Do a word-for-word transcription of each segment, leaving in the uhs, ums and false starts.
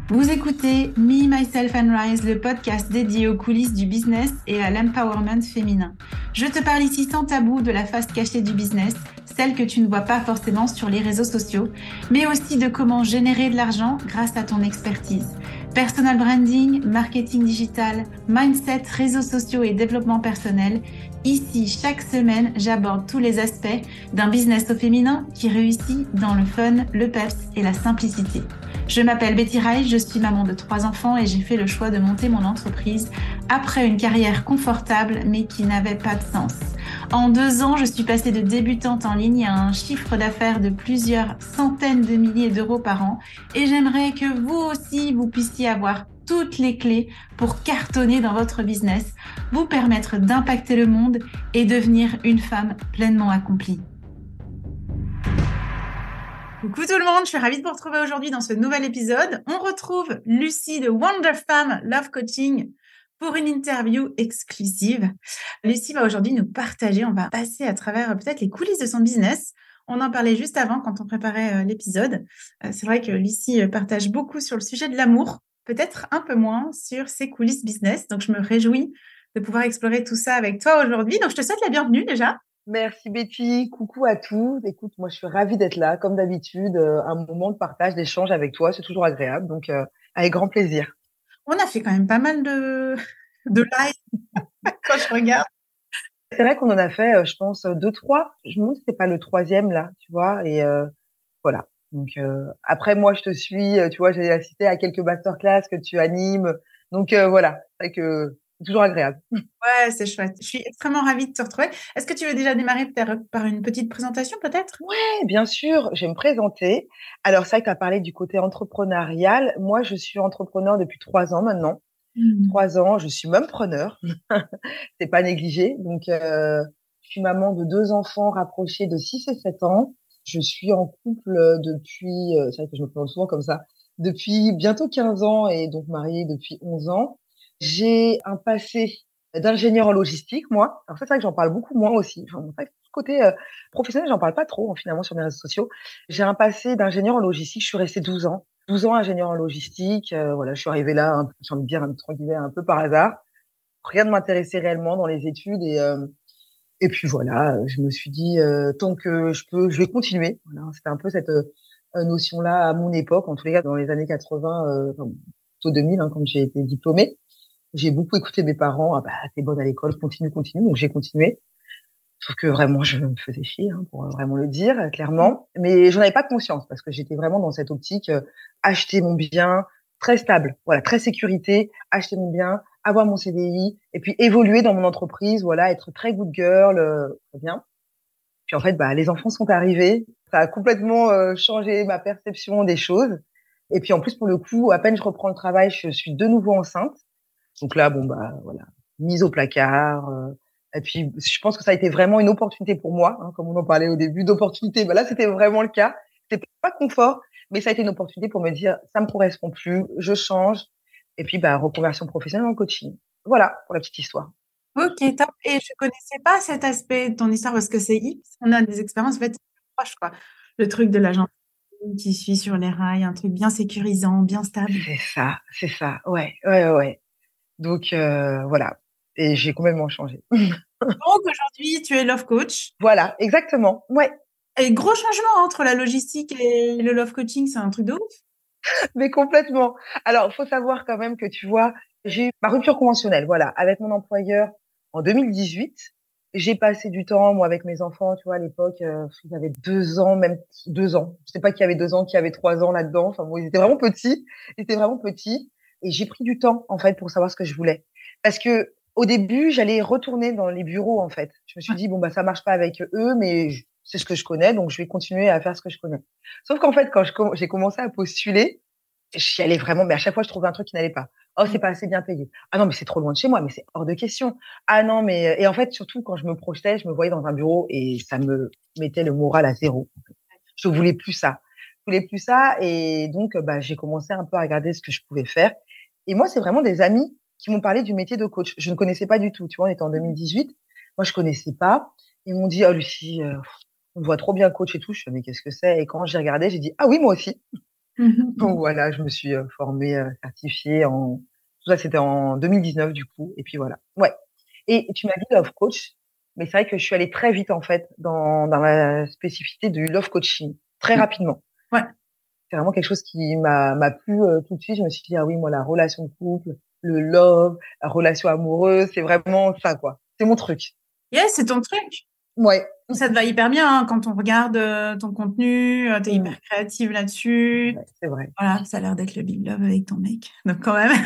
Vous écoutez Me, Myself and Rise, le podcast dédié aux coulisses du business et à l'empowerment féminin. Je te parle ici sans tabou de la face cachée du business, celle que tu ne vois pas forcément sur les réseaux sociaux, mais aussi de comment générer de l'argent grâce à ton expertise. Personal branding, marketing digital, mindset, réseaux sociaux et développement personnel. Ici, chaque semaine, j'aborde tous les aspects d'un business au féminin qui réussit dans le fun, le peps et la simplicité. Je m'appelle Betty Rice, je suis maman de trois enfants et j'ai fait le choix de monter mon entreprise après une carrière confortable mais qui n'avait pas de sens. En deux ans, je suis passée de débutante en ligne à un chiffre d'affaires de plusieurs centaines de milliers d'euros par an et j'aimerais que vous aussi, vous puissiez avoir toutes les clés pour cartonner dans votre business, vous permettre d'impacter le monde et devenir une femme pleinement accomplie. Coucou tout le monde, je suis ravie de vous retrouver aujourd'hui dans ce nouvel épisode. On retrouve Lucie de Wonder Femme Love Coaching pour une interview exclusive. Lucie va aujourd'hui nous partager, on va passer à travers peut-être les coulisses de son business. On en parlait juste avant quand on préparait l'épisode. C'est vrai que Lucie partage beaucoup sur le sujet de l'amour, peut-être un peu moins sur ses coulisses business. Donc je me réjouis de pouvoir explorer tout ça avec toi aujourd'hui. Donc je te souhaite la bienvenue déjà. Merci Betty, coucou à tous. Écoute, moi je suis ravie d'être là, comme d'habitude, euh, un moment de partage, d'échange avec toi, c'est toujours agréable, donc euh, avec grand plaisir. On a fait quand même pas mal de, de live quand je regarde. C'est vrai qu'on en a fait, euh, je pense, deux, trois. Je me demande si c'est pas le troisième là, tu vois, et euh, voilà. Donc euh, après, moi je te suis, euh, tu vois, j'ai assisté à quelques masterclass que tu animes, donc euh, voilà, c'est que c'est toujours agréable. Ouais, c'est chouette. Je suis extrêmement ravie de te retrouver. Est-ce que tu veux déjà démarrer par, par une petite présentation peut-être? Ouais, bien sûr, je vais me présenter. Alors, c'est vrai que tu as parlé du côté entrepreneurial. Moi, je suis entrepreneur depuis trois ans maintenant. Mmh. Trois ans, je suis même preneur. C'est pas négligé. Donc, euh, je suis maman de deux enfants rapprochés de six et sept ans. Je suis en couple depuis, euh, c'est vrai que je me présente souvent comme ça, depuis bientôt quinze ans et donc mariée depuis onze ans. J'ai un passé d'ingénieur en logistique, moi. Alors ça, c'est vrai que j'en parle beaucoup moins aussi. Enfin, c'est vrai que ce côté euh, professionnel, j'en parle pas trop, hein, finalement, sur mes réseaux sociaux. J'ai un passé d'ingénieur en logistique. Je suis restée douze ans. douze ans ingénieur en logistique. Euh, voilà, je suis arrivée là, un peu, j'ai envie de dire, entre guillemets, un peu par hasard. Rien ne m'intéressait réellement dans les études et euh, et puis voilà, je me suis dit euh, tant que je peux, je vais continuer. Voilà, c'était un peu cette euh, notion-là à mon époque, en tous les cas dans les années quatre-vingts, euh, enfin, plutôt deux mille, hein, quand j'ai été diplômée. J'ai beaucoup écouté mes parents. Ah bah t'es bonne à l'école, continue, continue. Donc j'ai continué. Sauf que vraiment je me faisais chier, hein, pour vraiment le dire clairement. Mais j'en avais pas conscience parce que j'étais vraiment dans cette optique euh, acheter mon bien, très stable, voilà, très sécurité, acheter mon bien, avoir mon C D I et puis évoluer dans mon entreprise, voilà, être très good girl, euh, très bien. Puis en fait, bah les enfants sont arrivés, ça a complètement euh, changé ma perception des choses. Et puis en plus pour le coup, à peine je reprends le travail, je suis de nouveau enceinte. Donc là, bon bah voilà, mise au placard. Euh, et puis je pense que ça a été vraiment une opportunité pour moi, hein, comme on en parlait au début, d'opportunité. Bah là, c'était vraiment le cas. C'était pas confort, mais ça a été une opportunité pour me dire ça me correspond plus, je change. Et puis bah reconversion professionnelle en coaching. Voilà pour la petite histoire. Ok, top. Et je connaissais pas cet aspect de ton histoire parce que c'est X. On a des expériences en fait proches, quoi. Le truc de l'agent qui suit sur les rails, un truc bien sécurisant, bien stable. C'est ça, c'est ça. Ouais, ouais, ouais. Donc euh, voilà. Et j'ai complètement changé. Donc aujourd'hui, tu es love coach. Voilà, exactement. Ouais. Et gros changement entre la logistique et le love coaching, c'est un truc de ouf. Mais complètement. Alors, faut savoir quand même que tu vois, j'ai eu ma rupture conventionnelle, voilà, avec mon employeur en deux mille dix-huit. J'ai passé du temps, moi, avec mes enfants, tu vois, à l'époque, euh, ils avaient deux ans, même deux ans. Je sais pas qui avait deux ans, qui avait trois ans là-dedans. Enfin bon, ils étaient vraiment petits. Ils étaient vraiment petits. Et j'ai pris du temps, en fait, pour savoir ce que je voulais. Parce que, au début, j'allais retourner dans les bureaux, en fait. Je me suis Ouais. dit, bon, bah, ça marche pas avec eux, mais je- c'est ce que je connais, donc je vais continuer à faire ce que je connais. Sauf qu'en fait, quand je com- j'ai commencé à postuler, j'y allais vraiment, mais à chaque fois, je trouvais un truc qui n'allait pas. Oh, c'est pas assez bien payé. Ah non, mais c'est trop loin de chez moi, mais c'est hors de question. Ah non, mais, et en fait, surtout quand je me projetais, je me voyais dans un bureau et ça me mettait le moral à zéro. Je voulais plus ça. Je voulais plus ça. Et donc, bah, j'ai commencé un peu à regarder ce que je pouvais faire. Et moi, c'est vraiment des amis qui m'ont parlé du métier de coach. Je ne connaissais pas du tout. Tu vois, on était en deux mille dix-huit. Moi, je connaissais pas. Ils m'ont dit, oh, Lucie, euh, on te voit trop bien coach et tout. Je me suis dit, mais qu'est-ce que c'est? Et quand j'ai regardé, j'ai dit, ah oui, moi aussi. Donc voilà, je me suis euh, formée, euh, certifiée en... Tout ça, c'était en deux mille dix-neuf du coup. Et puis voilà. Ouais. Et tu m'as dit love coach, mais c'est vrai que je suis allée très vite en fait dans, dans la spécificité du love coaching, très rapidement. Ouais. C'est vraiment quelque chose qui m'a m'a plu euh, tout de suite. Je me suis dit, ah oui, moi, la relation de couple, le love, la relation amoureuse, c'est vraiment ça, quoi. C'est mon truc. Yes, c'est ton truc. Ouais. Ça te va hyper bien hein, quand on regarde euh, ton contenu, euh, t'es Mm. hyper créative là-dessus. Ouais, c'est vrai. Voilà, ça a l'air d'être le big love avec ton mec. Donc quand même.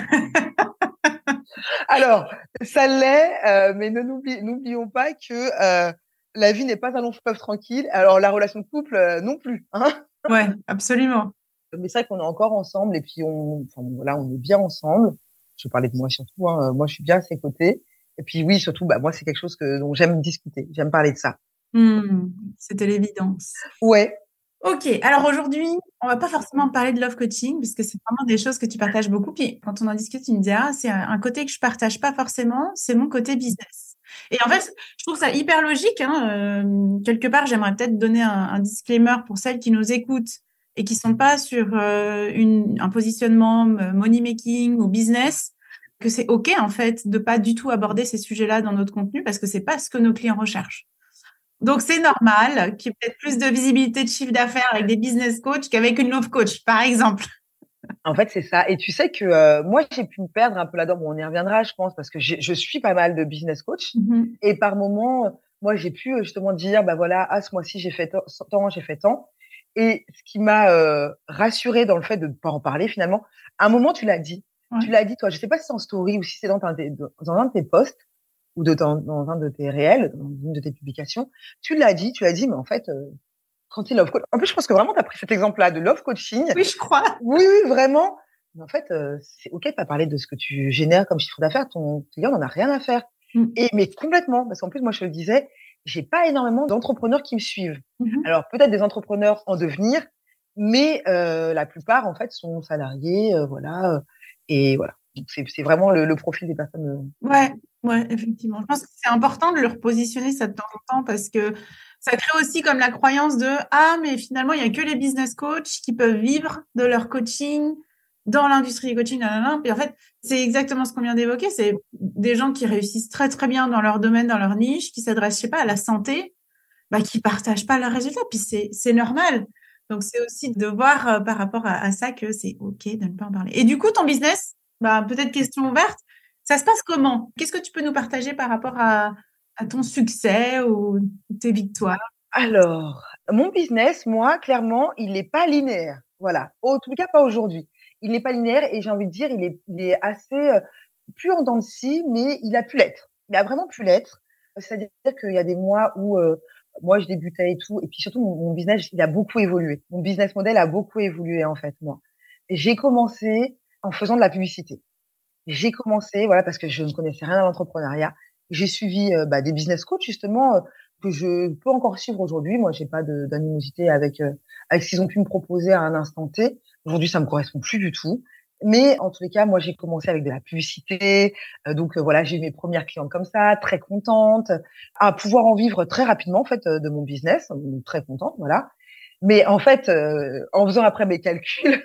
Alors, ça l'est, euh, mais ne n'oublie- n'oublions pas que euh, la vie n'est pas un long fleuve tranquille. Alors, la relation de couple euh, non plus, hein. Ouais, absolument. Mais c'est vrai qu'on est encore ensemble et puis on, enfin, voilà, on est bien ensemble. Je parlais de moi surtout, hein. Moi, je suis bien à ses côtés. Et puis oui, surtout, bah, moi, c'est quelque chose que, dont j'aime discuter. J'aime parler de ça. Hmm, c'était l'évidence. Ouais. Ok, alors aujourd'hui, on va pas forcément parler de love coaching parce que c'est vraiment des choses que tu partages beaucoup. Puis quand on en discute, tu me dis, ah, c'est un un côté que je partage pas forcément, c'est mon côté business. Et en fait, je trouve ça hyper logique, hein. Euh, quelque part, j'aimerais peut-être donner un, un disclaimer pour celles qui nous écoutent et qui sont pas sur euh, une, un positionnement euh, money making ou business, que c'est ok en fait de pas du tout aborder ces sujets-là dans notre contenu parce que c'est pas ce que nos clients recherchent. Donc, c'est normal qu'il y ait peut-être plus de visibilité de chiffre d'affaires avec des business coachs qu'avec une love coach, par exemple. En fait, c'est ça. Et tu sais que euh, moi, j'ai pu me perdre un peu là-dedans. Bon, on y reviendra, je pense, parce que j'ai- je suis pas mal de business coach. Mhm. Et par moments, euh, moi, j'ai pu euh, justement dire, bah voilà, ah, ce mois-ci, j'ai fait tant, tant, j'ai fait tant. Et ce qui m'a euh, rassurée dans le fait de ne pas en parler, finalement, à un moment, tu l'as dit. Ouais. Tu l'as dit, toi. Je sais pas si c'est en story ou si c'est dans, un de tes- dans un de tes posts ou de, dans, dans un de tes réels, dans une de tes publications. Tu l'as dit, tu l'as dit, mais en fait, euh, quand il love coach. En plus, je pense que vraiment, tu as pris cet exemple-là de love coaching. Oui, je crois. Oui, oui, vraiment. Mais en fait, euh, c'est OK de pas parler de ce que tu génères comme chiffre d'affaires. Ton client n'en a rien à faire. Mm. Et mais complètement, parce qu'en plus, moi, je te le disais, j'ai pas énormément d'entrepreneurs qui me suivent. Mhm. Alors peut-être des entrepreneurs en devenir, mais euh, la plupart, en fait, sont salariés, euh, voilà. euh, et voilà. Donc c'est c'est vraiment le, le profil des personnes. Ouais, ouais, effectivement. Je pense que c'est important de le repositionner ça de temps en temps parce que ça crée aussi comme la croyance de ah, mais finalement, il n'y a que les business coachs qui peuvent vivre de leur coaching dans l'industrie du coaching. Nanana. Puis en fait, c'est exactement ce qu'on vient d'évoquer. C'est des gens qui réussissent très, très bien dans leur domaine, dans leur niche, qui s'adressent, je sais pas, à la santé, bah, qui partagent pas leurs résultats. Puis c'est, c'est normal. Donc, c'est aussi de voir euh, par rapport à, à ça que c'est OK de ne pas en parler. Et du coup, ton business, bah, peut-être question ouverte, ça se passe comment? Qu'est-ce que tu peux nous partager par rapport à, à ton succès ou tes victoires? Alors, mon business, moi, clairement, il n'est pas linéaire. Voilà. En tout cas, pas aujourd'hui. Il n'est pas linéaire et j'ai envie de dire, il est, il est assez, euh, plus en dents de scie, mais il a pu l'être. Il a vraiment pu l'être. C'est-à-dire qu'il y a des mois où euh, moi, je débutais et tout. Et puis surtout, mon, mon business, il a beaucoup évolué. Mon business model a beaucoup évolué, en fait, moi. J'ai commencé en faisant de la publicité. J'ai commencé, voilà, parce que je ne connaissais rien à l'entrepreneuriat. J'ai suivi euh, bah, des business coachs justement euh, que je peux encore suivre aujourd'hui. Moi, j'ai pas de- d'animosité avec euh, avec ce qu'ils ont pu me proposer à un instant T. Aujourd'hui, ça me correspond plus du tout. Mais en tous les cas, moi, j'ai commencé avec de la publicité. Euh, donc euh, voilà, j'ai eu mes premières clientes comme ça, très contente, à pouvoir en vivre très rapidement en fait euh, de mon business, donc, très contente, voilà. Mais en fait, euh, en faisant après mes calculs,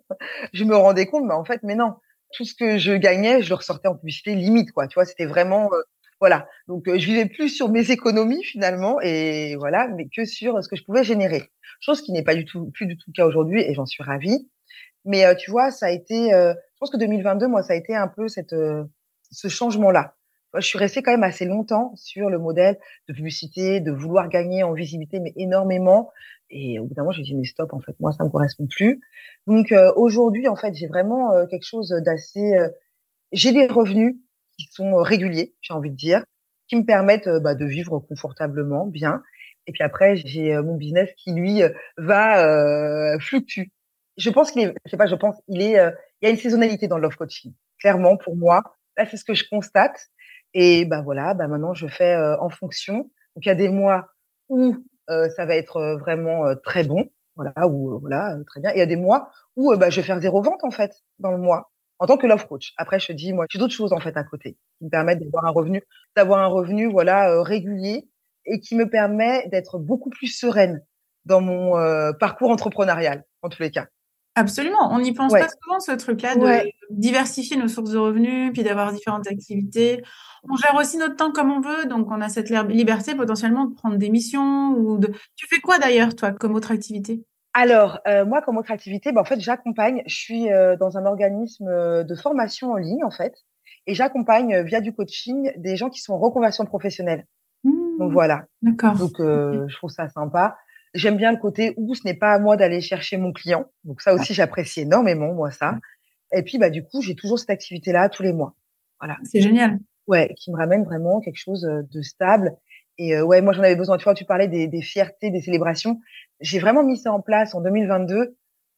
je me rendais compte, mais en fait, mais non, tout ce que je gagnais, je le ressortais en publicité limite, quoi. Tu vois, c'était vraiment, euh, voilà. Donc, euh, je vivais plus sur mes économies finalement, et voilà, mais que sur ce que je pouvais générer. Chose qui n'est pas du tout, plus du tout le cas aujourd'hui, et j'en suis ravie. Mais euh, tu vois, ça a été, euh, je pense que deux mille vingt-deux, moi, ça a été un peu cette, euh, ce changement-là. Moi, je suis restée quand même assez longtemps sur le modèle de publicité, de vouloir gagner en visibilité, mais énormément. Et au bout d'un moment, j'ai dit, mais stop, en fait, moi, ça me correspond plus. Donc euh, aujourd'hui, en fait, j'ai vraiment euh, quelque chose d'assez... euh, j'ai des revenus qui sont euh, réguliers, j'ai envie de dire, qui me permettent euh, bah, de vivre confortablement, bien. Et puis après, j'ai euh, mon business qui, lui, euh, va euh, fluctue. Je pense qu'il est, je sais pas, je pense, il est, euh, il y a une saisonnalité dans le love coaching. Clairement, pour moi, là, c'est ce que je constate. Et bah voilà, bah maintenant, je fais euh, en fonction. Donc, il y a des mois où euh, ça va être euh, vraiment euh, très bon, voilà, ou euh, voilà, euh, très bien. Et il y a des mois où euh, bah, je vais faire zéro vente en fait dans le mois en tant que love coach. Après, je te dis, moi, j'ai d'autres choses en fait à côté qui me permettent d'avoir un revenu, d'avoir un revenu voilà euh, régulier et qui me permet d'être beaucoup plus sereine dans mon euh, parcours entrepreneurial en tous les cas. Absolument. On n'y pense pas Ouais, souvent, ce truc-là, de ouais. diversifier nos sources de revenus, puis d'avoir différentes activités. On gère aussi notre temps comme on veut, donc on a cette lib- liberté potentiellement de prendre des missions ou de... Tu fais quoi d'ailleurs, toi, comme autre activité? Alors, euh, moi, comme autre activité, bah, en fait, j'accompagne. Je suis euh, dans un organisme euh, de formation en ligne, en fait, et j'accompagne euh, via du coaching des gens qui sont en reconversion professionnelle. Donc Hmm, voilà. d'accord. Donc, euh, je trouve ça sympa. J'aime bien le côté où ce n'est pas à moi d'aller chercher mon client. Donc ça aussi, j'apprécie énormément, moi, ça. Et puis, bah, du coup, j'ai toujours cette activité-là tous les mois. Voilà. C'est génial. Ouais, qui me ramène vraiment quelque chose euh, de stable. Et euh, ouais, moi, j'en avais besoin. Tu vois, tu parlais des, des fiertés, des célébrations. J'ai vraiment mis ça en place en deux mille vingt-deux.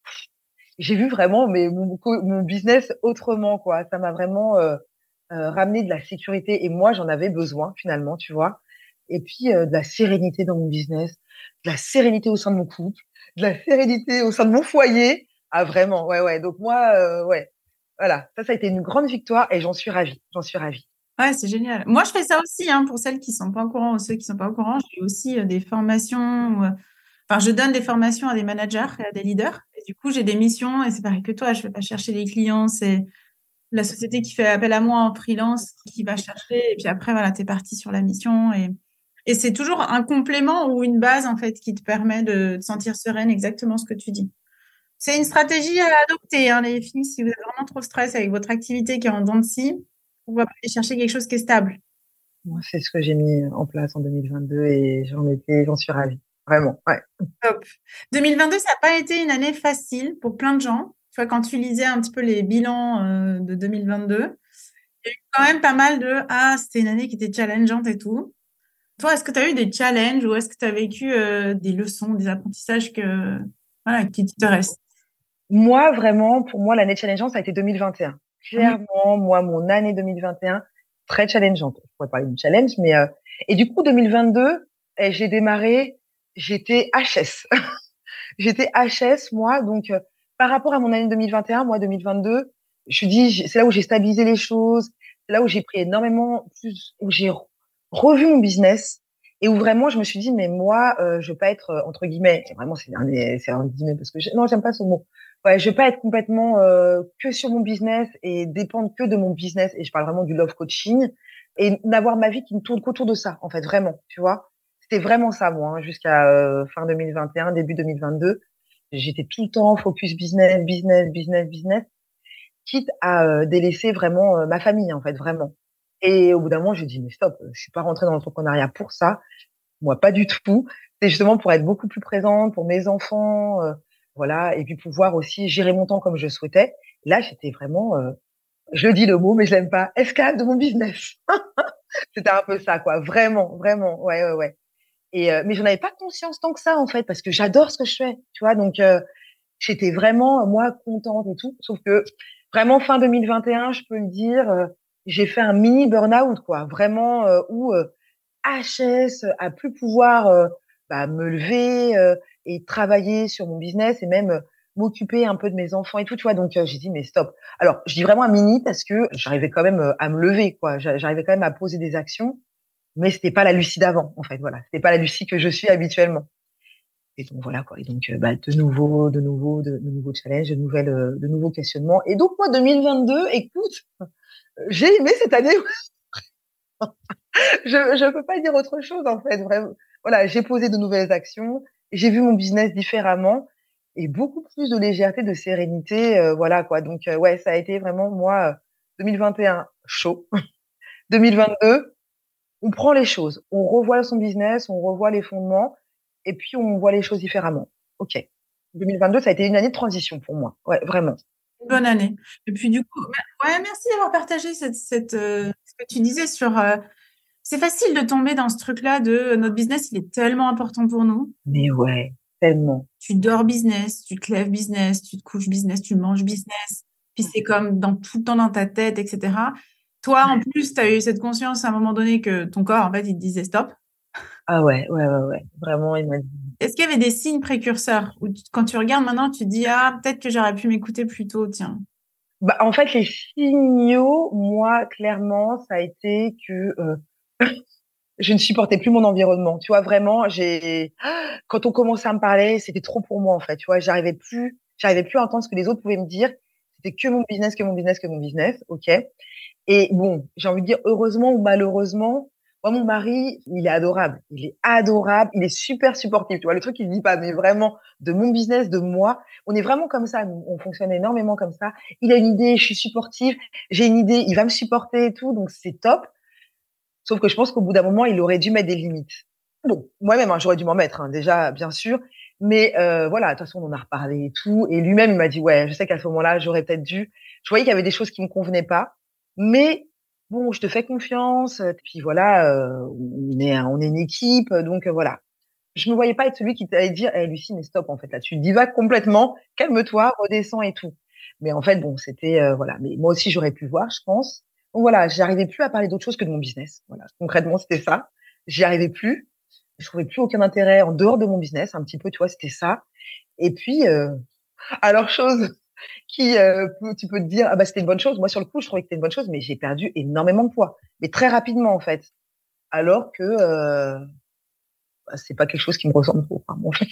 J'ai vu vraiment mais mon, co- mon business autrement, quoi. Ça m'a vraiment euh, euh, ramené de la sécurité. Et moi, j'en avais besoin, finalement, tu vois. Et puis, euh, de la sérénité dans mon business, de la sérénité au sein de mon couple, de la sérénité au sein de mon foyer. Ah, vraiment, ouais, ouais. Donc, moi, euh, ouais. Voilà. Ça, ça a été une grande victoire et j'en suis ravie. J'en suis ravie. Ouais, c'est génial. Moi, je fais ça aussi, hein, pour celles qui sont pas au courant ou ceux qui sont pas au courant. J'ai aussi euh, des formations. euh, Enfin, je donne des formations à des managers et à des leaders. Et du coup, j'ai des missions et c'est pareil que toi. Je vais pas chercher les clients. C'est la société qui fait appel à moi en freelance qui va chercher. Et puis après, voilà, tu es parti sur la mission. Et, et c'est toujours un complément ou une base, en fait, qui te permet de te sentir sereine, exactement ce que tu dis. C'est une stratégie à adopter, hein, les filles. Si vous avez vraiment trop de stress avec votre activité qui est en dents de scie, on va aller chercher quelque chose qui est stable. Moi, c'est ce que j'ai mis en place en deux mille vingt-deux et j'en étais, j'en suis ravie. Vraiment, ouais. Top. deux mille vingt-deux, ça n'a pas été une année facile pour plein de gens. Tu vois, quand tu lisais un petit peu les bilans euh, de deux mille vingt-deux, il y a eu quand même pas mal de «Ah, c'était une année qui était challengeante et tout». Toi, est-ce que tu as eu des challenges ou est-ce que tu as vécu euh, des leçons, des apprentissages que, voilà, qui te restent? Moi, vraiment, pour moi, l'année challengeante, ça a été deux mille vingt et un. Mhm. Clairement, moi, mon année deux mille vingt et un, très challengeante. Je pourrais parler de challenge, mais euh, et du coup, deux mille vingt-deux, eh, j'ai démarré, j'étais H S. J'étais H S, moi, donc euh, par rapport à mon année deux mille vingt et un, moi, deux mille vingt-deux, je dis, j'ai- c'est là où j'ai stabilisé les choses, c'est là où j'ai pris énormément plus, où j'ai re- revu mon business et où vraiment je me suis dit, mais moi, euh, je veux pas être, euh, entre guillemets, et vraiment, c'est un, c'est un guillemets parce que je, non, j'aime pas ce mot. Ouais, je veux pas être complètement euh, que sur mon business et dépendre que de mon business, et je parle vraiment du love coaching, et n'avoir ma vie qui ne tourne qu'autour de ça, en fait, vraiment, tu vois. C'était vraiment ça, moi, hein, jusqu'à euh, fin deux mille vingt et un, début deux mille vingt-deux. J'étais tout le temps focus business, business, business, business, quitte à euh, délaisser vraiment euh, ma famille, en fait, vraiment. Et au bout d'un moment, j'ai dit, mais stop, je suis pas rentrée dans l'entrepreneuriat pour ça. Moi, pas du tout. C'est justement pour être beaucoup plus présente pour mes enfants, euh, voilà, et puis pouvoir aussi gérer mon temps comme je souhaitais. Là, j'étais vraiment, euh, je dis le mot, mais je l'aime pas, esclave de mon business. C'était un peu ça, quoi. Vraiment, vraiment, ouais, ouais, ouais. Et euh, mais j'en avais pas conscience tant que ça en fait, parce que j'adore ce que je fais, tu vois. Donc euh, j'étais vraiment moi contente et tout. Sauf que vraiment fin deux mille vingt et un, je peux le dire, euh, j'ai fait un mini burn-out quoi, vraiment euh, où euh, H S à plus pouvoir euh, bah, me lever euh, et travailler sur mon business et même euh, m'occuper un peu de mes enfants et tout, tu vois. Donc euh, j'ai dit mais stop. Alors je dis vraiment un mini parce que j'arrivais quand même euh, à me lever quoi. J'a- J'arrivais quand même à poser des actions mais c'était pas la Lucie d'avant, en fait, voilà. C'était pas la Lucie que je suis habituellement. Et donc voilà quoi. Et donc euh, bah, de nouveau, de nouveau, de, de nouveaux challenges, de nouvelles, euh, de nouveaux questionnements. Et donc moi deux mille vingt-deux, écoute, j'ai aimé cette année. je je peux pas dire autre chose en fait. Vraiment. Voilà, j'ai posé de nouvelles actions, j'ai vu mon business différemment et beaucoup plus de légèreté, de sérénité, euh, voilà quoi. Donc euh, ouais, ça a été vraiment moi euh, deux mille vingt et un chaud. deux mille vingt-deux, on prend les choses, on revoit son business, on revoit les fondements, et puis on voit les choses différemment. Ok. deux mille vingt-deux, ça a été une année de transition pour moi. Ouais, vraiment. Une bonne année. Et puis du coup, ouais, merci d'avoir partagé cette, cette, euh, ce que tu disais sur... euh, c'est facile de tomber dans ce truc-là de euh, notre business, il est tellement important pour nous. Mais ouais, tellement. Tu dors business, tu te lèves business, tu te couches business, tu manges business. Puis c'est comme dans tout le temps dans ta tête, et cetera. Toi, en plus, tu as eu cette conscience à un moment donné que ton corps, en fait, il te disait stop. Ah ouais, ouais, ouais, ouais. Vraiment, il m'a dit. Est-ce qu'il y avait des signes précurseurs où tu- quand tu regardes maintenant, tu te dis, ah, peut-être que j'aurais pu m'écouter plus tôt, tiens. Bah, en fait, les signaux, moi, clairement, ça a été que euh, je ne supportais plus mon environnement. Tu vois, vraiment, j'ai quand on commençait à me parler, c'était trop pour moi, en fait. Tu vois, j'arrivais plus. J'arrivais plus à entendre ce que les autres pouvaient me dire. C'était que mon business, que mon business, que mon business. OK. Et bon, j'ai envie de dire heureusement ou malheureusement, moi, mon mari, il est adorable. Il est adorable. Il est super supportif. Tu vois, le truc, il ne dit pas, mais vraiment, de mon business, de moi. On est vraiment comme ça. Nous, on fonctionne énormément comme ça. Il a une idée, je suis supportive. J'ai une idée, il va me supporter et tout. Donc, c'est top. Sauf que je pense qu'au bout d'un moment, il aurait dû mettre des limites. Bon, moi-même, hein, j'aurais dû m'en mettre, hein, déjà, bien sûr. Mais euh, voilà, de toute façon, on en a reparlé et tout. Et lui-même, il m'a dit, ouais, je sais qu'à ce moment-là, j'aurais peut-être dû. Je voyais qu'il y avait des choses qui me convenaient pas. Mais bon, je te fais confiance. Et puis voilà, euh, on est, on est une équipe. Donc euh, voilà. Je me voyais pas être celui qui t'allait dire, hey, Lucie, mais stop, en fait, là, tu divagues complètement. Calme-toi, redescends et tout. Mais en fait, bon, c'était, euh, voilà. Mais moi aussi, j'aurais pu voir, je pense. Donc voilà, j'arrivais plus à parler d'autre chose que de mon business. Voilà. Concrètement, c'était ça. J'y arrivais plus. Je trouvais plus aucun intérêt en dehors de mon business. Un petit peu, tu vois, c'était ça. Et puis, euh, alors, chose qui, euh, peut- tu peux te dire, ah bah, c'était une bonne chose. Moi, sur le coup, je trouvais que c'était une bonne chose, mais j'ai perdu énormément de poids. Mais très rapidement, en fait. Alors que, euh, bah, c'est pas quelque chose qui me ressemble trop. Enfin, bon, en fait.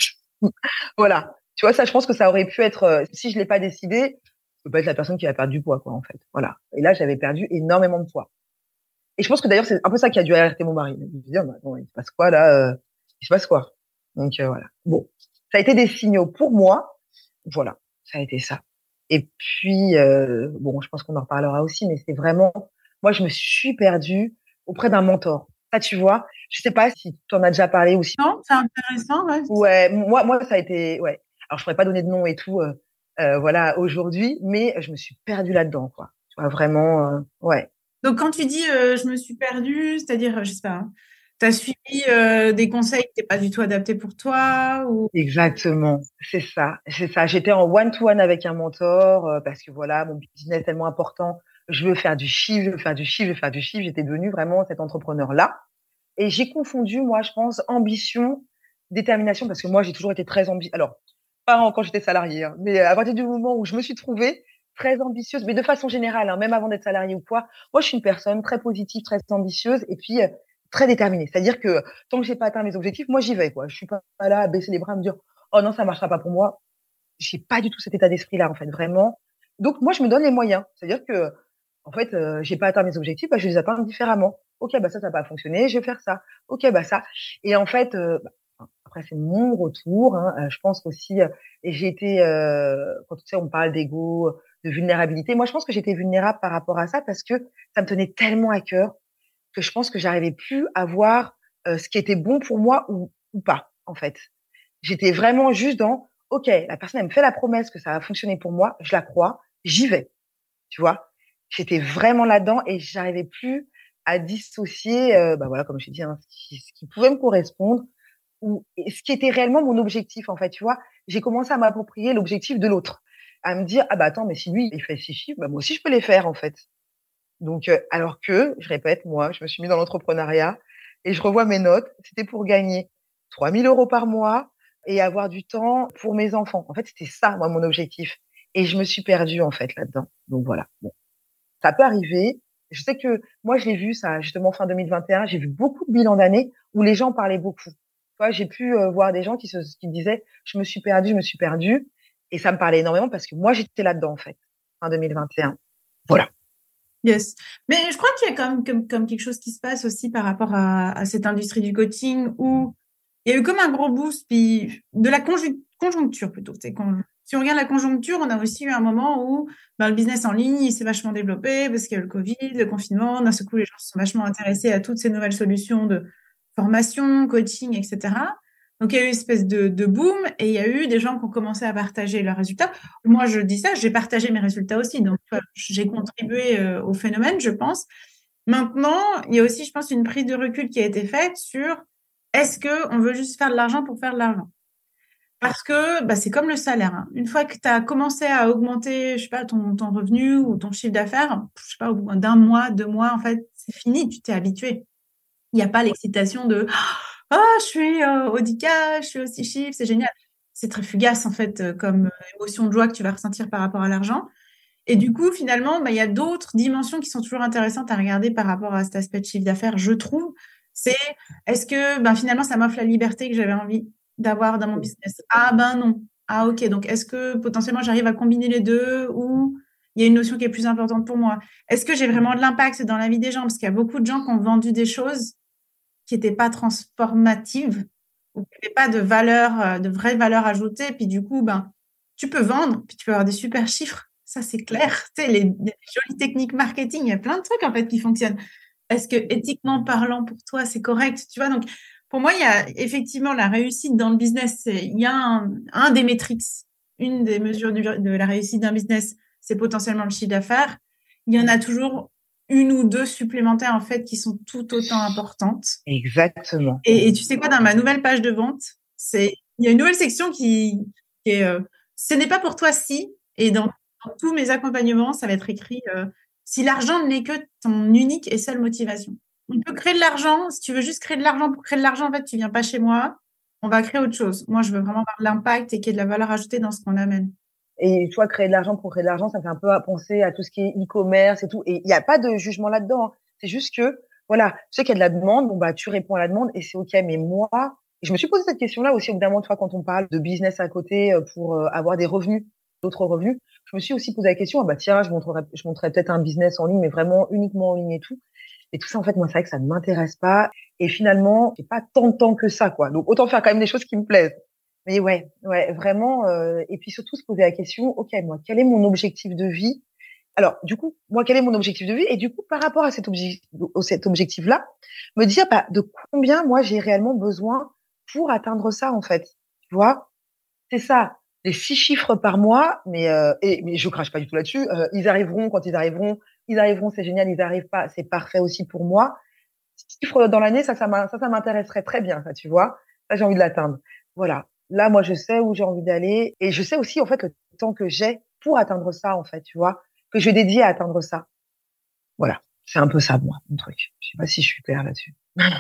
Voilà. Tu vois, ça, je pense que ça aurait pu être, euh, si je l'ai pas décidé, je peux pas être la personne qui va perdre du poids, quoi, en fait. Voilà. Et là, j'avais perdu énormément de poids. Et je pense que d'ailleurs, c'est un peu ça qui a dû alerter mon mari. Il me dit, ah, bah, attends, il se passe quoi, là? euh, Il se passe quoi? Donc, euh, voilà. Bon. Ça a été des signaux pour moi. Voilà. Ça a été ça. Et puis, euh, bon, je pense qu'on en reparlera aussi, mais c'est vraiment, moi, je me suis perdue auprès d'un mentor. Ça, tu vois, je sais pas si tu en as déjà parlé ou si. Non, c'est intéressant, ouais. Ouais, moi, moi, ça a été, ouais. Alors, je pourrais pas donner de nom et tout, euh, euh, voilà, aujourd'hui, mais je me suis perdue là-dedans, quoi. Tu vois, vraiment, euh, ouais. Donc, quand tu dis euh, je me suis perdue, c'est-à-dire, euh, je sais pas, tu as suivi euh, des conseils qui n'étaient pas du tout adaptés pour toi ou... Exactement, c'est ça, c'est ça. J'étais en one-to-one avec un mentor euh, parce que voilà, mon business est tellement important. Je veux faire du chiffre, je veux faire du chiffre, je veux faire du chiffre. J'étais devenue vraiment cet entrepreneur-là. Et j'ai confondu, moi, je pense, ambition, détermination, parce que moi, j'ai toujours été très ambitieuse. Alors, pas en- quand j'étais salariée, hein, mais à partir du moment où je me suis trouvée très ambitieuse, mais de façon générale, hein, même avant d'être salariée ou quoi, moi, je suis une personne très positive, très ambitieuse et puis euh, très déterminée. C'est-à-dire que tant que j'ai pas atteint mes objectifs, moi, j'y vais, quoi. Je suis pas là à baisser les bras, à me dire, oh non, ça marchera pas pour moi. J'ai pas du tout cet état d'esprit-là, en fait, vraiment. Donc, moi, je me donne les moyens. C'est-à-dire que en fait, heu, j'ai pas atteint mes objectifs, bah, je les atteins différemment. OK, bah, ça, ça a pas fonctionné, je vais faire ça. OK, bah, ça et en fait, heu, bah, enfin, après c'est mon retour, hein, heu, je pense qu'aussi, heu et j'ai été, heu, quand tu sais, on parle d'ego, de vulnérabilité. Moi, je pense que j'étais vulnérable par rapport à ça parce que ça me tenait tellement à cœur que je pense que j'arrivais plus à voir, heu, ce qui était bon pour moi ou ou pas, en fait. J'étais vraiment juste dans: «OK, la personne, elle me fait la promesse que ça va fonctionner pour moi, je la crois, j'y vais». Tu vois? J'étais vraiment là-dedans et j'arrivais plus à dissocier, heu, bah, voilà, comme je t'ai dit, hein, ce qui ce qui pouvait me correspondre ou et ce qui était réellement mon objectif, en fait, tu vois? J'ai commencé à m'approprier l'objectif de l'autre, à me dire: «Ah bah, attends, mais si lui, il fait ces chiffres, bah, moi aussi je peux les faire, en fait». Donc heu, alors que, je répète, moi, je me suis mise dans l'entrepreneuriat et je revois mes notes, c'était pour gagner trois mille euros par mois et avoir du temps pour mes enfants. En fait, c'était ça, moi, mon objectif et je me suis perdue, en fait, là-dedans. Donc voilà, bon. Ça peut arriver. Je sais que moi, je l'ai vu ça, justement, fin deux mille vingt et un. J'ai vu beaucoup de bilans d'année où les gens parlaient beaucoup. Tu vois, j'ai pu, heu, voir des gens qui se qui disaient: «Je me suis perdu, je me suis perdu» et ça me parlait énormément parce que moi, j'étais là-dedans, en fait, fin deux mille vingt et un. Voilà. Yes. Mais je crois qu'il y a quand même comme, comme quelque chose qui se passe aussi par rapport à, à cette industrie du coaching où il y a eu comme un gros boost, puis de la conju- conjoncture plutôt. C'est con- si on regarde la conjoncture, on a aussi eu un moment où ben, le business en ligne il s'est vachement développé parce qu'il y a eu le Covid, le confinement. D'un seul coup, les gens se sont vachement intéressés à toutes ces nouvelles solutions de formation, coaching, et cetera. Donc, il y a eu une espèce de, de boom et il y a eu des gens qui ont commencé à partager leurs résultats. Moi, je dis ça, j'ai partagé mes résultats aussi. Donc, euh, j'ai contribué euh, au phénomène, je pense. Maintenant, il y a aussi, je pense, une prise de recul qui a été faite sur est-ce qu'on veut juste faire de l'argent pour faire de l'argent? Parce que bah, c'est comme le salaire, hein. Une fois que tu as commencé à augmenter, je sais pas, ton, ton revenu ou ton chiffre d'affaires, je sais pas, au bout d'un mois, deux mois, en fait, c'est fini, tu t'es habitué. Il n'y a pas l'excitation de ah, je suis euh, au dix K, je suis au six chiffres, c'est génial. C'est très fugace, en fait, euh, comme euh, émotion de joie que tu vas ressentir par rapport à l'argent. Et du coup, finalement, bah, il y a d'autres dimensions qui sont toujours intéressantes à regarder par rapport à cet aspect de chiffre d'affaires, je trouve. C'est est-ce que ben, finalement, ça m'offre la liberté que j'avais envie d'avoir dans mon business? Ah ben non. Ah, ok. Donc, est-ce que potentiellement j'arrive à combiner les deux ou il y a une notion qui est plus importante pour moi? Est-ce que j'ai vraiment de l'impact dans la vie des gens? Parce qu'il y a beaucoup de gens qui ont vendu des choses qui n'étaient pas transformatives ou qui n'avaient pas de valeur, euh, de vraie valeur ajoutée. Puis du coup, ben, tu peux vendre, puis tu peux avoir des super chiffres. Ça, c'est clair. Tu sais, les, les jolies techniques marketing, il y a plein de trucs en fait qui fonctionnent. Est-ce que éthiquement parlant pour toi, c'est correct? Tu vois, donc pour moi, il y a effectivement la réussite dans le business. c'est- Il y a un, un des métriques, une des mesures du- de la réussite d'un business, c'est potentiellement le chiffre d'affaires. Il y en a toujours une ou deux supplémentaires en fait qui sont tout autant importantes. Exactement. Et, et tu sais quoi, dans ma nouvelle page de vente, c'est il y a une nouvelle section qui, qui est euh, ce n'est pas pour toi si. Et dans, dans tous mes accompagnements, ça va être écrit euh, si l'argent n'est que ton unique et seule motivation. On peut créer de l'argent. Si tu veux juste créer de l'argent pour créer de l'argent, en fait, tu viens pas chez moi. On va créer autre chose. Moi, je veux vraiment avoir de l'impact et qu'il y ait de la valeur ajoutée dans ce qu'on amène. Et tu vois, créer de l'argent pour créer de l'argent, ça me fait un peu penser à tout ce qui est e-commerce et tout. Et il n'y a pas de jugement là-dedans, hein. C'est juste que, voilà, tu sais qu'il y a de la demande, bon, bah, tu réponds à la demande et c'est OK. Mais moi, je me suis posé cette question-là aussi, évidemment, tu vois, quand on parle de business à côté euh, pour euh, avoir des revenus, d'autres revenus, je me suis aussi posé la question, ah bah, tiens, je montrerai, je montrerai peut-être un business en ligne, mais vraiment uniquement en ligne et tout. Et tout ça, en fait, moi, c'est vrai que ça ne m'intéresse pas. Et finalement, j'ai pas tant de temps que ça, quoi. Donc, autant faire quand même des choses qui me plaisent. Mais ouais, ouais, vraiment. Euh, et puis surtout se poser la question, ok, moi, quel est mon objectif de vie? Alors, du coup, moi, quel est mon objectif de vie? Et du coup, par rapport à cet, obje au- cet objectif-là, me dire bah, de combien moi j'ai réellement besoin pour atteindre ça, en fait. Tu vois, c'est ça. Les six chiffres par mois, mais euh, et mais je crache pas du tout là-dessus. Euh, ils arriveront quand ils arriveront. Ils arriveront, c'est génial. Ils arrivent pas, c'est parfait aussi pour moi. Six chiffres dans l'année, ça, ça m'in- ça, ça m'intéresserait très bien, ça, tu vois. Ça, j'ai envie de l'atteindre. Voilà. Là, moi, je sais où j'ai envie d'aller et je sais aussi, en fait, le temps que j'ai pour atteindre ça, en fait, tu vois, que je vais dédier à atteindre ça. Voilà. C'est un peu ça, moi, mon truc. Je sais pas si je suis claire là-dessus.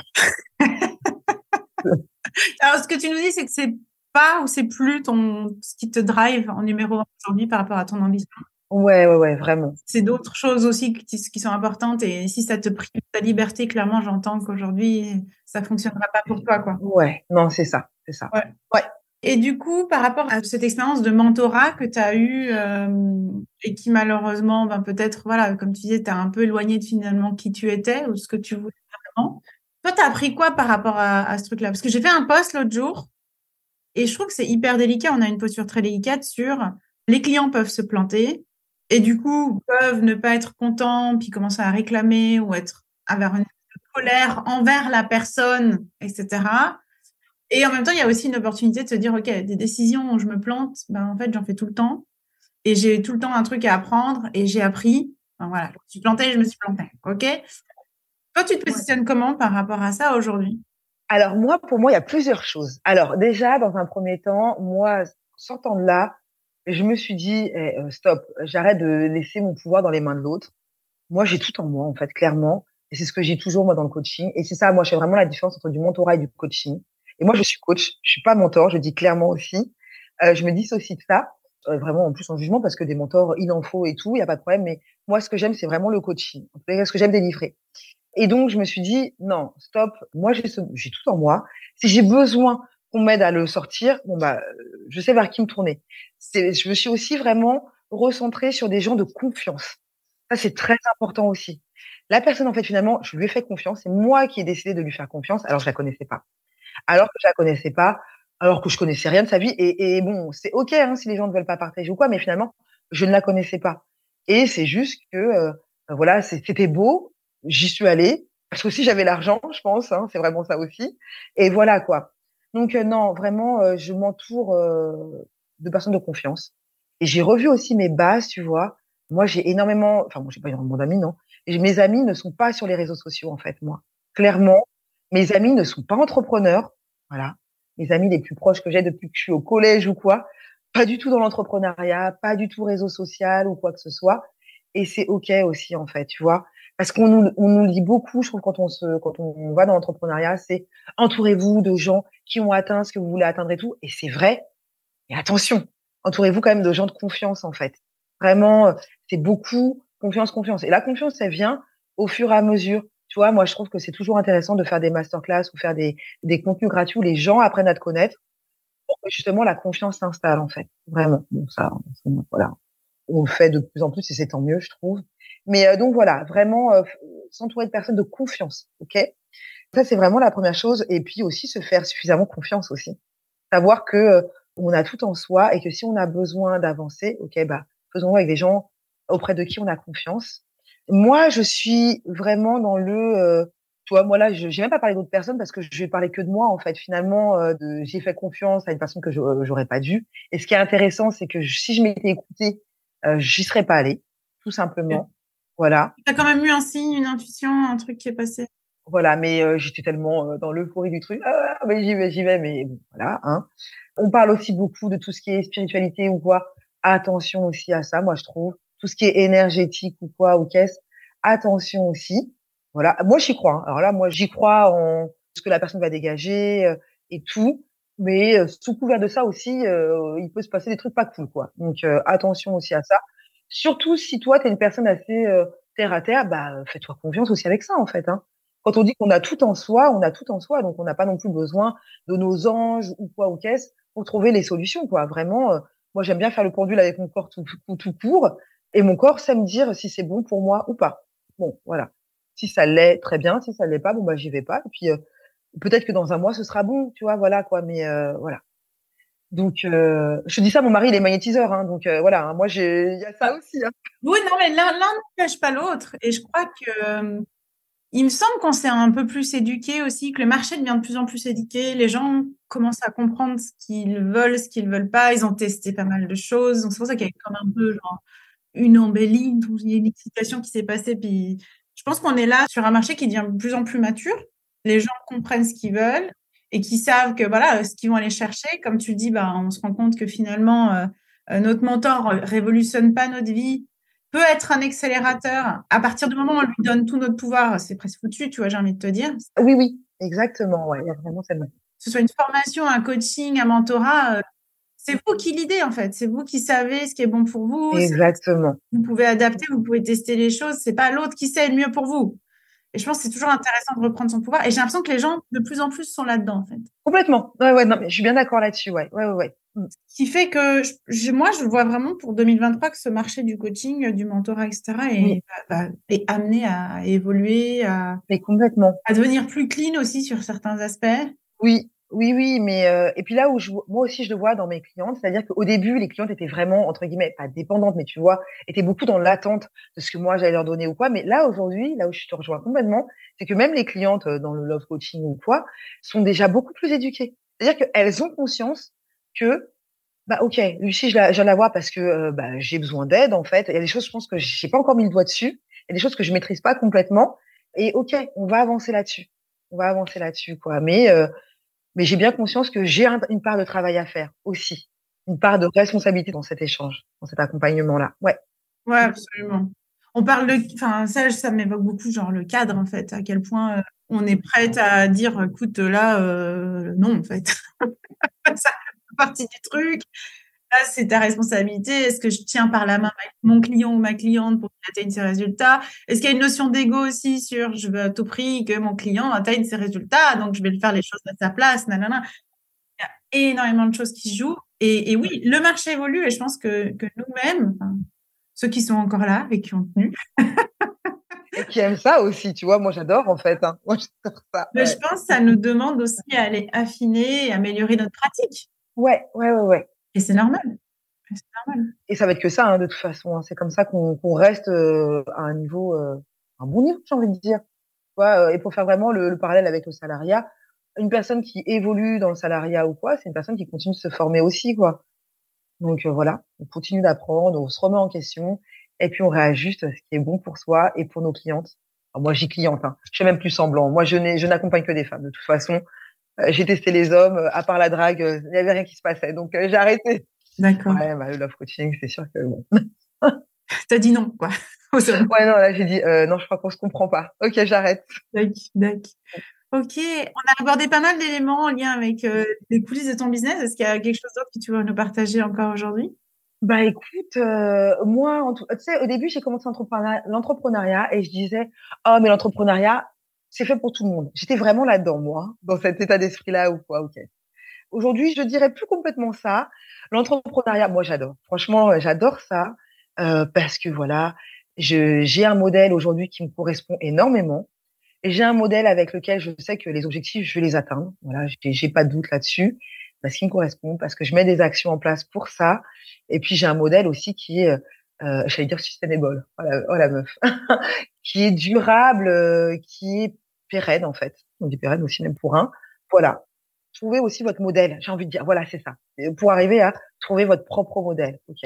Alors, ce que tu nous dis, c'est que c'est pas ou c'est plus ton, ce qui te drive en numéro un aujourd'hui par rapport à ton ambition. Ouais, ouais, ouais, vraiment. C'est d'autres choses aussi qui, qui sont importantes. Et si ça te prive de ta liberté, clairement, j'entends qu'aujourd'hui, ça fonctionnera pas pour toi, quoi. Ouais, non, c'est ça, c'est ça. Ouais. Ouais. Et du coup, par rapport à cette expérience de mentorat que tu as eue euh, et qui malheureusement, ben, peut-être, voilà, comme tu disais, tu as un peu éloigné de finalement qui tu étais ou ce que tu voulais vraiment. Toi, tu as appris quoi par rapport à, à ce truc-là? Parce que j'ai fait un post l'autre jour et je trouve que c'est hyper délicat. On a une posture très délicate sur les clients peuvent se planter et du coup peuvent ne pas être contents, puis commencer à réclamer ou être avoir une colère envers la personne, et cetera. Et en même temps, il y a aussi une opportunité de se dire, OK, des décisions où je me plante, ben, en fait, j'en fais tout le temps. Et j'ai tout le temps un truc à apprendre et j'ai appris. Ben, voilà, je me suis plantée, je me suis plantée. OK? Toi, tu te positionnes comment par rapport à ça aujourd'hui? Alors, moi, pour moi, il y a plusieurs choses. Alors, déjà, dans un premier temps, moi, sortant de là, je me suis dit, eh, euh, stop, j'arrête de laisser mon pouvoir dans les mains de l'autre. Moi, j'ai tout en moi, en fait, clairement. Et c'est ce que j'ai toujours, moi, dans le coaching. Et c'est ça, moi, je fais vraiment la différence entre du mentorat et du coaching. Et moi, je suis coach. Je suis pas mentor, je dis clairement aussi. Euh, je me dissocie de ça. Euh, vraiment, en plus, en jugement, parce que des mentors, il en faut et tout, il y a pas de problème. Mais moi, ce que j'aime, c'est vraiment le coaching. En tout cas, ce que j'aime délivrer. Et donc, je me suis dit, non, stop. Moi, j'ai ce, j'ai tout en moi. Si j'ai besoin qu'on m'aide à le sortir, bon, bah, euh, je sais vers qui me tourner. C'est, je me suis aussi vraiment recentrée sur des gens de confiance. Ça, c'est très important aussi. La personne, en fait, finalement, je lui ai fait confiance. C'est moi qui ai décidé de lui faire confiance. Alors, je la connaissais pas. Alors que je la connaissais pas. Alors que je connaissais rien de sa vie. Et, et bon, c'est OK, hein, si les gens ne veulent pas partager ou quoi, mais finalement, je ne la connaissais pas. Et c'est juste que, euh, voilà, c'est- c'était beau. J'y suis allée. Parce que aussi, j'avais l'argent, je pense, hein, c'est vraiment ça aussi. Et voilà, quoi. Donc, euh, non, vraiment, euh, je m'entoure euh, de personnes de confiance. Et j'ai revu aussi mes bases, tu vois. Moi, j'ai énormément, enfin, moi, j'ai pas énormément d'amis, non. Et mes amis ne sont pas sur les réseaux sociaux, en fait, moi. Clairement, mes amis ne sont pas entrepreneurs. Voilà. Mes amis les plus proches que j'ai depuis que je suis au collège ou quoi. Pas du tout dans l'entrepreneuriat, pas du tout réseau social ou quoi que ce soit. Et c'est OK aussi, en fait, tu vois. Parce qu'on nous, on nous dit beaucoup, je trouve, quand on se, quand on va dans l'entrepreneuriat, c'est entourez-vous de gens qui ont atteint ce que vous voulez atteindre et tout. Et c'est vrai. Et attention, entourez-vous quand même de gens de confiance, en fait. Vraiment, euh, c'est beaucoup confiance, confiance. Et la confiance, ça vient au fur et à mesure. Tu vois, moi, je trouve que c'est toujours intéressant de faire des masterclass ou faire des, des contenus gratuits où les gens apprennent à te connaître justement la confiance s'installe en fait. Vraiment. Bon ça, voilà. On le fait de plus en plus et c'est tant mieux, je trouve. Mais euh, donc voilà, vraiment euh, s'entourer de personnes de confiance, ok. Ça c'est vraiment la première chose. Et puis aussi se faire suffisamment confiance aussi. Savoir que euh, on a tout en soi et que si on a besoin d'avancer, ok, bah faisons-le avec des gens auprès de qui on a confiance. Moi, je suis vraiment dans le, euh, tu vois, moi là, je j'ai même pas parlé d'autres personnes parce que je vais parler que de moi en fait. Finalement, euh, de, j'ai fait confiance à une personne que je, euh, j'aurais pas dû. Et ce qui est intéressant, c'est que je- si je m'étais écoutée, euh, j'y serais pas allée, tout simplement. Voilà, Tu as quand même eu un signe, une intuition, un truc qui est passé. voilà. Mais euh, j'étais tellement euh, dans l'euphorie du truc. Ah, mais j'y vais, j'y vais. Mais bon, voilà, hein. On parle aussi beaucoup de tout ce qui est spiritualité ou quoi. Attention aussi à ça, moi je trouve. Tout ce qui est énergétique ou quoi, ou qu'est-ce. Attention aussi. Voilà. Moi j'y crois, hein. Alors là, moi j'y crois en ce que la personne va dégager euh, et tout. Mais euh, sous couvert de ça aussi, euh, il peut se passer des trucs pas cool, quoi. Donc euh, attention aussi à ça. Surtout si toi, t'es une personne assez euh, terre à terre, bah fais-toi confiance aussi avec ça, en fait, hein. Quand on dit qu'on a tout en soi, on a tout en soi, donc on n'a pas non plus besoin de nos anges ou quoi ou qu'est-ce pour trouver les solutions, quoi. Vraiment, euh, moi j'aime bien faire le pendule avec mon corps tout, tout, tout court, et mon corps sait me dire si c'est bon pour moi ou pas. Bon, voilà. Si ça l'est, très bien. Si ça l'est pas, bon bah j'y vais pas. Et puis euh, peut-être que dans un mois ce sera bon, tu vois, voilà quoi. Mais euh, voilà. Donc euh, je te dis ça, mon mari il est magnétiseur, hein, donc euh, voilà. Hein, moi j'ai, il y a ça aussi. Hein. Oui, non, mais l'un l'un n'empêche pas l'autre. Et je crois que euh, il me semble qu'on s'est un peu plus éduqué aussi, que le marché devient de plus en plus éduqué. Les gens commencent à comprendre ce qu'ils veulent, ce qu'ils veulent pas. Ils ont testé pas mal de choses. Donc c'est pour ça qu'il y a comme un peu genre une embellie, où il y a une excitation qui s'est passée. Puis je pense qu'on est là sur un marché qui devient de plus en plus mature. Les gens comprennent ce qu'ils veulent et qui savent que voilà ce qu'ils vont aller chercher. Comme tu dis, bah, on se rend compte que finalement euh, euh, notre mentor révolutionne pas notre vie, peut être un accélérateur. À partir du moment où on lui donne tout notre pouvoir, c'est presque foutu, tu vois, j'ai envie de te dire. Oui, oui, exactement. Ouais, il y a vraiment cette. Que ce soit une formation, un coaching, un mentorat, euh, c'est vous qui l'idée en fait. C'est vous qui savez ce qui est bon pour vous. Exactement. Vous pouvez adapter, vous pouvez tester les choses. C'est pas l'autre qui sait le mieux pour vous. Et je pense que c'est toujours intéressant de reprendre son pouvoir. Et j'ai l'impression que les gens de plus en plus sont là-dedans en fait. Complètement. Ouais, ouais, non, mais je suis bien d'accord là-dessus. Ouais, ouais, ouais, ouais. Mm. Ce qui fait que je, je, moi, je vois vraiment pour deux mille vingt-trois que ce marché du coaching, du mentorat, et cetera, est, Oui, bah, est amené à évoluer, à, mais complètement. à devenir plus clean aussi sur certains aspects. Oui, oui, oui, mais euh, et puis là où je, moi aussi je le vois dans mes clientes, c'est-à-dire qu'au début les clientes étaient vraiment entre guillemets pas dépendantes, mais tu vois, étaient beaucoup dans l'attente de ce que moi j'allais leur donner ou quoi. Mais là aujourd'hui, là où je te rejoins complètement, c'est que même les clientes euh, dans le love coaching ou quoi sont déjà beaucoup plus éduquées. C'est-à-dire qu'elles ont conscience que bah ok, Lucie, je la, je viens de la voir parce que euh, bah, j'ai besoin d'aide en fait. Il y a des choses, je pense que j'ai pas encore mis le doigt dessus. Il y a des choses que je maîtrise pas complètement. Et ok, on va avancer là-dessus. On va avancer là-dessus quoi. Mais euh, mais j'ai bien conscience que j'ai un- une part de travail à faire aussi, une part de responsabilité dans cet échange, dans cet accompagnement-là. Ouais. Ouais, absolument. On parle de, enfin, ça, ça m'évoque beaucoup, genre le cadre, en fait, à quel point euh, on est prête à dire, écoute, là, euh, non, en fait. Ça fait partie du truc. Là, c'est ta responsabilité. Est-ce que je tiens par la main mon client ou ma cliente pour qu'il atteigne ses résultats? Est-ce qu'il y a une notion d'ego aussi sur je veux à tout prix que mon client atteigne ses résultats, donc je vais le faire les choses à sa place, nanana. Il y a énormément de choses qui se jouent. Et, et oui, le marché évolue et je pense que, que nous-mêmes, enfin, ceux qui sont encore là et qui ont tenu, Et qui aime ça aussi, tu vois. Moi, j'adore en fait. Hein. Moi, j'adore ça. mais je Ouais. pense que ça nous demande aussi à aller affiner et améliorer notre pratique. Ouais, ouais, ouais, ouais. Et c'est normal. C'est normal. Et ça va être que ça, hein, de toute façon. Hein. C'est comme ça qu'on qu'on reste euh, à un niveau, euh, un bon niveau, j'ai envie de dire. Tu vois, euh, et pour faire vraiment le, le parallèle avec le salariat, une personne qui évolue dans le salariat ou quoi, c'est une personne qui continue de se former aussi, quoi. Donc euh, voilà, on continue d'apprendre, on se remet en question et puis on réajuste ce qui est bon pour soi et pour nos clientes. Alors, moi, j'y cliente, hein. Je fais même plus semblant. Moi, je n'ai, je n'accompagne que des femmes. De toute façon, euh, j'ai testé les hommes. euh, À part la drague, euh, il n'y avait rien qui se passait. Donc euh, j'ai arrêté. D'accord. Ouais, bah, le love coaching, c'est sûr que bon. T'as dit non, quoi, aux hommes. Ouais, non, là, j'ai dit euh, non, je crois qu'on se comprend pas. Ok, j'arrête. D'accord, d'accord. Ok, on a abordé pas mal d'éléments en lien avec euh, les coulisses de ton business. Est-ce qu'il y a quelque chose d'autre que tu veux nous partager encore aujourd'hui? Bah écoute, euh, moi, en tout, tu sais, au début, j'ai commencé l'entrepreneuriat l'entrepreneuriat et je disais, oh, mais l'entrepreneuriat, c'est fait pour tout le monde. J'étais vraiment là-dedans, moi, dans cet état d'esprit-là ou quoi, ok. Aujourd'hui, je dirais plus complètement ça. L'entrepreneuriat, moi, j'adore. Franchement, j'adore ça euh, parce que voilà, je, j'ai un modèle aujourd'hui qui me correspond énormément. Et j'ai un modèle avec lequel je sais que les objectifs, je vais les atteindre. Voilà, j'ai, j'ai pas de doute là-dessus parce qu'il me correspond, parce que je mets des actions en place pour ça. Et puis j'ai un modèle aussi qui est, euh, j'allais dire sustainable. Oh la, oh la meuf, qui est durable, euh, qui est pérenne en fait. On dit pérenne aussi même pour un. Voilà. Trouvez aussi votre modèle. J'ai envie de dire, voilà, c'est ça. Et pour arriver à trouver votre propre modèle. Ok.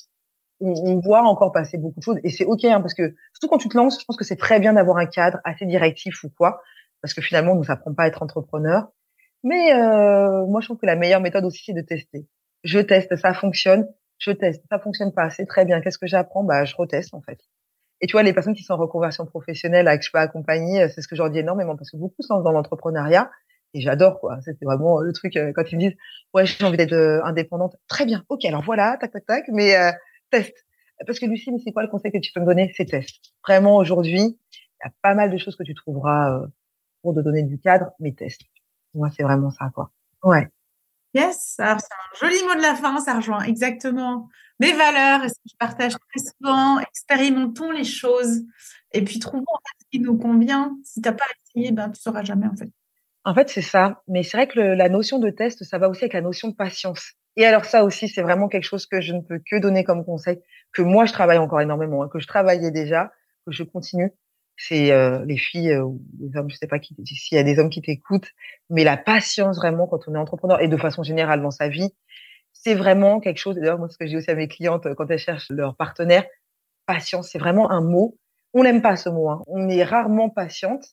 On, on voit encore passer beaucoup de choses et c'est ok, hein, parce que surtout quand tu te lances, je pense que c'est très bien d'avoir un cadre assez directif ou quoi, parce que finalement, on nous apprend pas à être entrepreneur. Mais euh, moi, je trouve que la meilleure méthode aussi, c'est de tester. Je teste, ça fonctionne. Je teste, ça fonctionne pas, c'est très bien. Qu'est-ce que j'apprends? Bah, je reteste en fait. Et tu vois, les personnes qui sont en reconversion professionnelle, que je peux accompagner, c'est ce que je leur dis énormément, parce que beaucoup se lancent dans l'entrepreneuriat. Et j'adore, quoi. C'était vraiment le truc, euh, quand ils me disent, ouais, j'ai envie d'être euh, indépendante. Très bien. Ok, alors voilà, tac, tac, tac, mais euh, test. Parce que Lucie, mais c'est quoi le conseil que tu peux me donner? C'est test. Vraiment, aujourd'hui, il y a pas mal de choses que tu trouveras euh, pour te donner du cadre, mais test. Moi, c'est vraiment ça, quoi. Ouais. Yes, alors c'est un joli mot de la fin, ça rejoint exactement mes valeurs et ce que je partage très souvent. Expérimentons les choses et puis trouvons en fait ce qui nous convient. Si tu n'as pas essayé, ben, tu ne sauras jamais en fait. En fait, c'est ça. Mais c'est vrai que le, la notion de test, ça va aussi avec la notion de patience. Et alors ça aussi, c'est vraiment quelque chose que je ne peux que donner comme conseil, que moi, je travaille encore énormément, hein, que je travaillais déjà, que je continue. C'est euh, les filles euh, ou les hommes, je sais pas qui, s'il y a des hommes qui t'écoutent, mais la patience vraiment quand on est entrepreneur et de façon générale dans sa vie, c'est vraiment quelque chose. D'ailleurs, moi, ce que je dis aussi à mes clientes quand elles cherchent leur partenaire, patience, c'est vraiment un mot. On n'aime pas ce mot, hein. On est rarement patiente,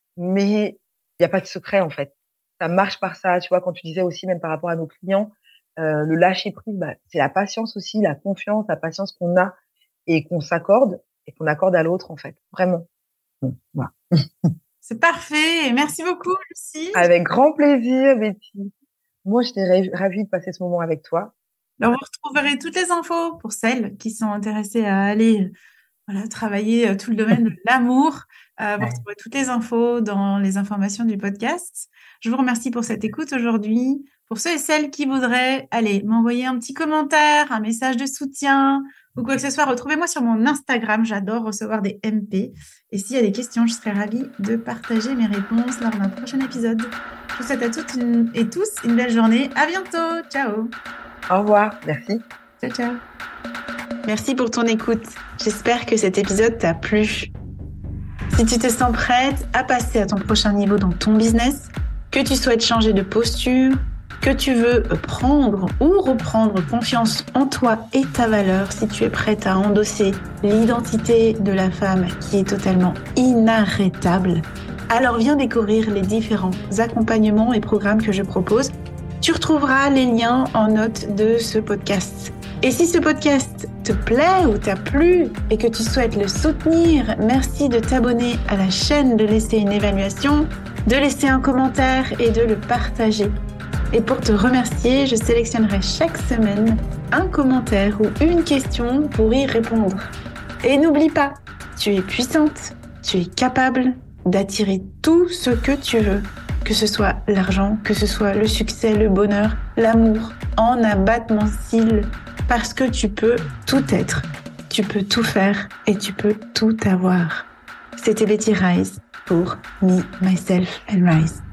mais il n'y a pas de secret en fait. Ça marche par ça, tu vois. Quand tu disais aussi, même par rapport à nos clients, euh, le lâcher prise, bah, c'est la patience aussi, la confiance, la patience qu'on a et qu'on s'accorde et qu'on accorde à l'autre en fait, vraiment. Bon, voilà. C'est parfait. Merci beaucoup, Lucie. Avec grand plaisir, Betty. Moi, j'étais ravie de passer ce moment avec toi. Alors, vous retrouverez toutes les infos pour celles qui sont intéressées à aller voilà, travailler tout le domaine de l'amour. Euh, vous retrouverez toutes les infos dans les informations du podcast. Je vous remercie pour cette écoute aujourd'hui. Pour ceux et celles qui voudraient, allez, m'envoyer un petit commentaire, un message de soutien ou quoi que ce soit, retrouvez-moi sur mon Instagram. J'adore recevoir des M P. Et s'il y a des questions, je serai ravie de partager mes réponses lors d'un prochain épisode. Je vous souhaite à toutes une, et tous une belle journée. À bientôt. Ciao. Au revoir. Merci. Ciao, ciao. Merci pour ton écoute. J'espère que cet épisode t'a plu. Si tu te sens prête à passer à ton prochain niveau dans ton business, que tu souhaites changer de posture, que tu veux prendre ou reprendre confiance en toi et ta valeur, si tu es prête à endosser l'identité de la femme qui est totalement inarrêtable, alors viens découvrir les différents accompagnements et programmes que je propose. Tu retrouveras les liens en note de ce podcast. Et si ce podcast te plaît ou t'a plu et que tu souhaites le soutenir, merci de t'abonner à la chaîne, de laisser une évaluation, de laisser un commentaire et de le partager. Et pour te remercier, je sélectionnerai chaque semaine un commentaire ou une question pour y répondre. Et n'oublie pas, tu es puissante, tu es capable d'attirer tout ce que tu veux. Que ce soit l'argent, que ce soit le succès, le bonheur, l'amour, en abattement de cils. Parce que tu peux tout être, tu peux tout faire et tu peux tout avoir. C'était Betty Rise pour Me, Myself and Rise.